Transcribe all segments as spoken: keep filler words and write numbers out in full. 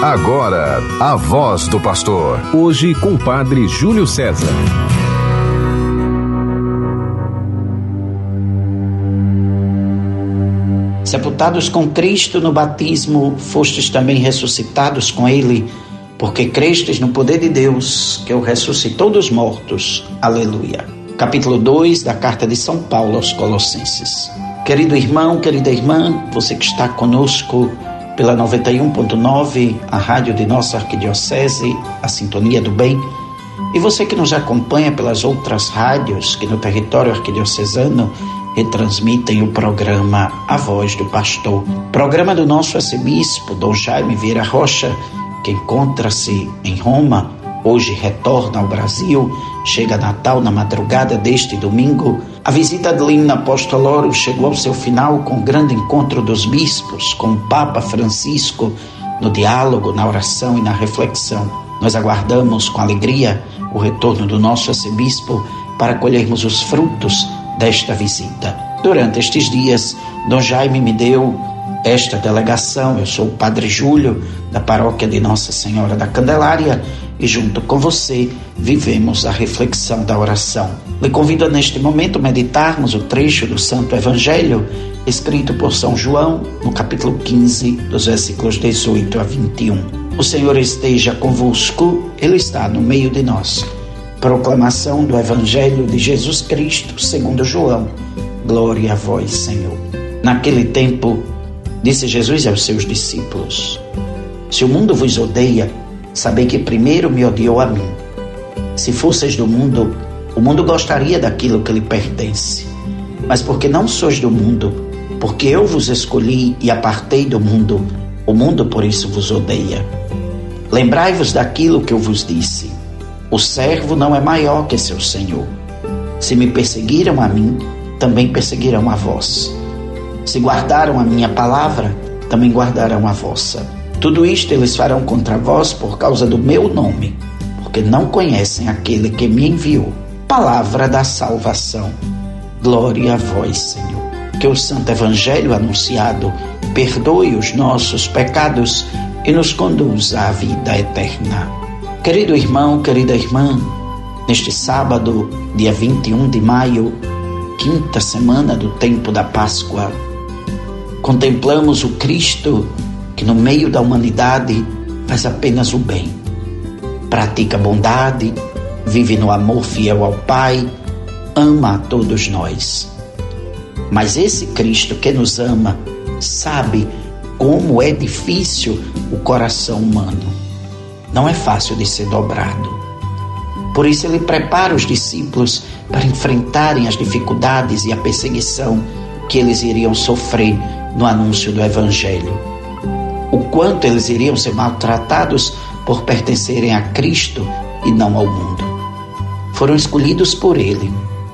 Agora, a voz do pastor. Hoje com o padre Júlio César. Sepultados com Cristo no batismo, fostes também ressuscitados com Ele, porque crestes no poder de Deus, que o ressuscitou dos mortos. Aleluia. Capítulo dois da Carta de São Paulo aos Colossenses. Querido irmão, querida irmã, você que está conosco pela noventa e um ponto nove, a rádio de nossa arquidiocese, a Sintonia do Bem, e você que nos acompanha pelas outras rádios que no território arquidiocesano retransmitem o programa A Voz do Pastor, programa do nosso arcebispo, Dom Jaime Vieira Rocha, que encontra-se em Roma, hoje retorna ao Brasil, chega a Natal na madrugada deste domingo. A visita de Limno Apostolorum chegou ao seu final com o grande encontro dos bispos, com o Papa Francisco, no diálogo, na oração e na reflexão. Nós aguardamos com alegria o retorno do nosso arcebispo para colhermos os frutos desta visita. Durante estes dias, Dom Jaime me deu esta delegação. Eu sou o Padre Júlio, da paróquia de Nossa Senhora da Candelária, e junto com você vivemos a reflexão da oração. Lhe convido a neste momento meditarmos o trecho do Santo Evangelho escrito por São João, no capítulo quinze, dos versículos dezoito a vinte e um. O Senhor esteja convosco, Ele está no meio de nós. Proclamação do Evangelho de Jesus Cristo segundo João. Glória a vós, Senhor. Naquele tempo, disse Jesus aos seus discípulos: se o mundo vos odeia, sabei que primeiro me odiou a mim. Se fosseis do mundo, o mundo gostaria daquilo que lhe pertence. Mas porque não sois do mundo, porque eu vos escolhi e apartei do mundo, o mundo por isso vos odeia. Lembrai-vos daquilo que eu vos disse: o servo não é maior que seu senhor. Se me perseguiram a mim, também perseguirão a vós. Se guardaram a minha palavra, também guardarão a vossa. Tudo isto eles farão contra vós por causa do meu nome, porque não conhecem aquele que me enviou. Palavra da salvação. Glória a vós, Senhor. Que o Santo Evangelho anunciado perdoe os nossos pecados e nos conduza à vida eterna. Querido irmão, querida irmã, neste sábado, dia vinte e um de maio, quinta semana do tempo da Páscoa, contemplamos o Cristo que no meio da humanidade faz apenas o bem, pratica a bondade, vive no amor fiel ao Pai, ama a todos nós. Mas esse Cristo que nos ama sabe como é difícil o coração humano. Não é fácil de ser dobrado. Por isso ele prepara os discípulos para enfrentarem as dificuldades e a perseguição que eles iriam sofrer no anúncio do Evangelho. O quanto eles iriam ser maltratados por pertencerem a Cristo e não ao mundo. Foram escolhidos por Ele.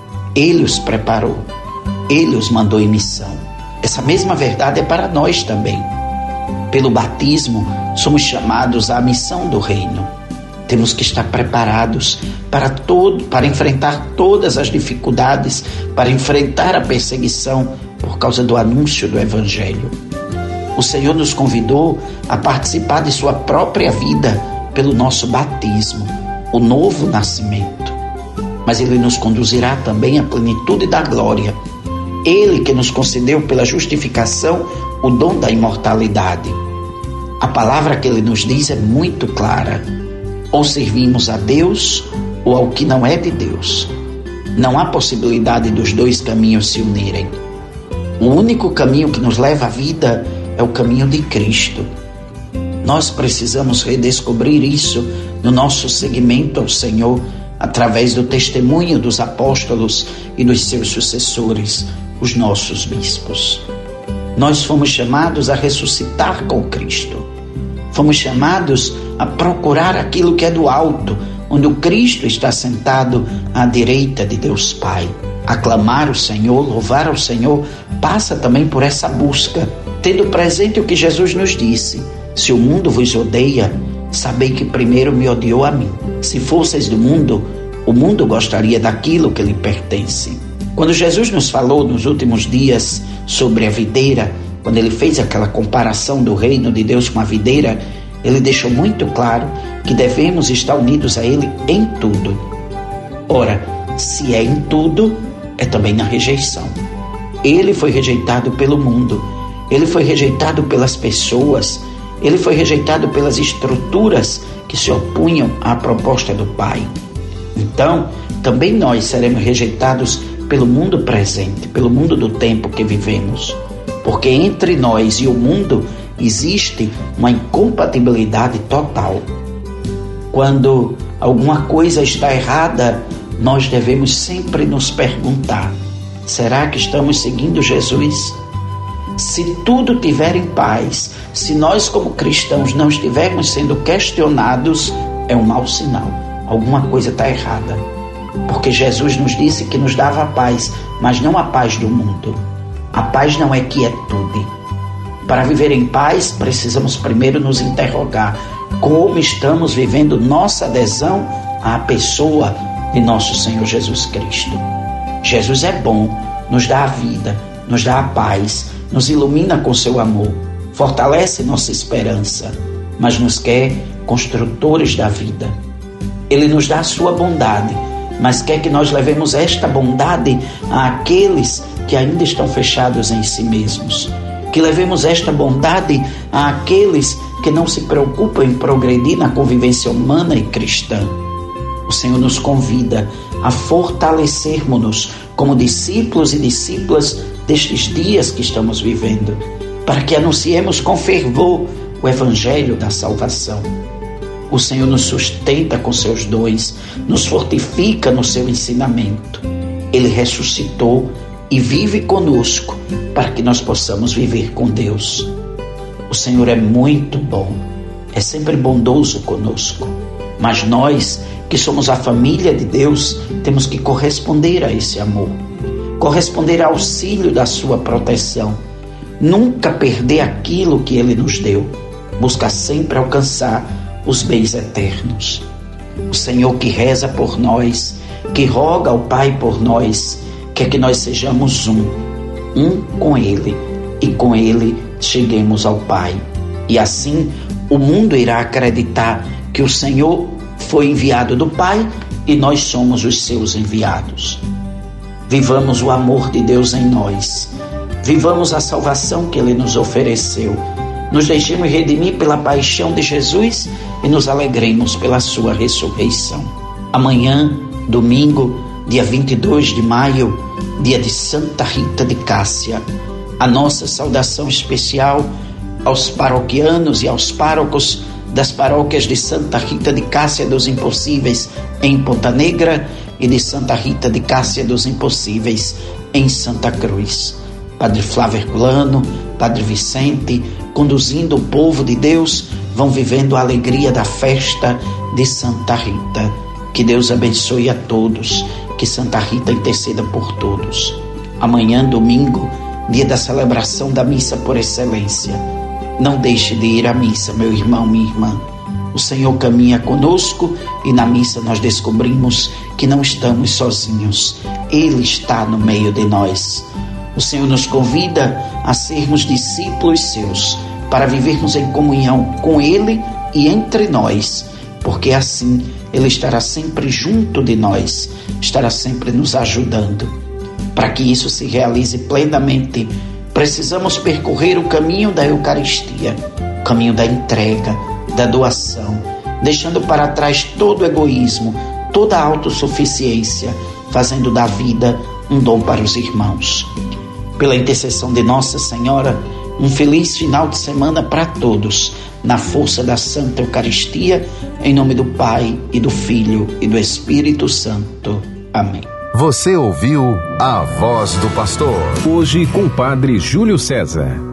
Ele os preparou. Ele os mandou em missão. Essa mesma verdade é para nós também. Pelo batismo, somos chamados à missão do reino. Temos que estar preparados para todo, para enfrentar todas as dificuldades, para enfrentar a perseguição por causa do anúncio do Evangelho. O Senhor nos convidou a participar de sua própria vida pelo nosso batismo, o novo nascimento. Mas Ele nos conduzirá também à plenitude da glória. Ele que nos concedeu pela justificação o dom da imortalidade. A palavra que Ele nos diz é muito clara: ou servimos a Deus ou ao que não é de Deus. Não há possibilidade dos dois caminhos se unirem. O único caminho que nos leva à vida é o caminho de Cristo. Nós precisamos redescobrir isso no nosso seguimento ao Senhor, através do testemunho dos apóstolos e dos seus sucessores, os nossos bispos. Nós fomos chamados a ressuscitar com Cristo. Fomos chamados a procurar aquilo que é do alto, onde o Cristo está sentado à direita de Deus Pai. Aclamar o Senhor, louvar ao Senhor, passa também por essa busca, tendo presente o que Jesus nos disse: se o mundo vos odeia, sabei que primeiro me odiou a mim. Se fosseis do mundo, o mundo gostaria daquilo que lhe pertence. Quando Jesus nos falou nos últimos dias sobre a videira, quando ele fez aquela comparação do reino de Deus com a videira, Ele deixou muito claro que devemos estar unidos a Ele em tudo. Ora, se é em tudo, é também na rejeição. Ele foi rejeitado pelo mundo, ele foi rejeitado pelas pessoas, ele foi rejeitado pelas estruturas que se opunham à proposta do Pai. Então, também nós seremos rejeitados pelo mundo presente, pelo mundo do tempo que vivemos. Porque entre nós e o mundo existe uma incompatibilidade total. Quando alguma coisa está errada, nós devemos sempre nos perguntar: será que estamos seguindo Jesus? Se tudo estiver em paz, se nós como cristãos não estivermos sendo questionados, é um mau sinal. Alguma coisa está errada. Porque Jesus nos disse que nos dava a paz, mas não a paz do mundo. A paz não é quietude. Para viver em paz, precisamos primeiro nos interrogar como estamos vivendo nossa adesão à pessoa de nosso Senhor Jesus Cristo. Jesus é bom, nos dá a vida, nos dá a paz, nos ilumina com seu amor, fortalece nossa esperança, mas nos quer construtores da vida. Ele nos dá a sua bondade, mas quer que nós levemos esta bondade àqueles que ainda estão fechados em si mesmos. Que levemos esta bondade àqueles que não se preocupam em progredir na convivência humana e cristã. O Senhor nos convida a fortalecermos-nos como discípulos e discípulas destes dias que estamos vivendo, para que anunciemos com fervor o Evangelho da salvação. O Senhor nos sustenta com seus dons, nos fortifica no seu ensinamento. Ele ressuscitou e vive conosco para que nós possamos viver com Deus. O Senhor é muito bom, é sempre bondoso conosco, mas nós, que somos a família de Deus, temos que corresponder a esse amor, corresponder ao auxílio da sua proteção, nunca perder aquilo que Ele nos deu, buscar sempre alcançar os bens eternos. O Senhor que reza por nós, que roga ao Pai por nós, quer que nós sejamos um, um com Ele, e com Ele cheguemos ao Pai. E assim o mundo irá acreditar que o Senhor foi enviado do Pai e nós somos os seus enviados. Vivamos o amor de Deus em nós, vivamos a salvação que Ele nos ofereceu, nos deixemos redimir pela paixão de Jesus e nos alegremos pela sua ressurreição. Amanhã, domingo, dia vinte e dois de maio, dia de Santa Rita de Cássia, a nossa saudação especial aos paroquianos e aos párocos das paróquias de Santa Rita de Cássia dos Impossíveis em Ponta Negra e de Santa Rita de Cássia dos Impossíveis em Santa Cruz. Padre Flávio Herculano, Padre Vicente, conduzindo o povo de Deus, vão vivendo a alegria da festa de Santa Rita. Que Deus abençoe a todos, que Santa Rita interceda por todos. Amanhã, domingo, dia da celebração da missa por excelência. Não deixe de ir à missa, meu irmão, minha irmã. O Senhor caminha conosco e na missa nós descobrimos que não estamos sozinhos. Ele está no meio de nós. O Senhor nos convida a sermos discípulos seus, para vivermos em comunhão com Ele e entre nós, porque assim Ele estará sempre junto de nós, estará sempre nos ajudando. Para que isso se realize plenamente, precisamos percorrer o caminho da Eucaristia, o caminho da entrega, da doação, deixando para trás todo o egoísmo, toda a autossuficiência, fazendo da vida um dom para os irmãos. Pela intercessão de Nossa Senhora, um feliz final de semana para todos, na força da Santa Eucaristia, em nome do Pai, e do Filho, e do Espírito Santo. Amém. Você ouviu a Voz do Pastor. Hoje com o Padre Júlio César.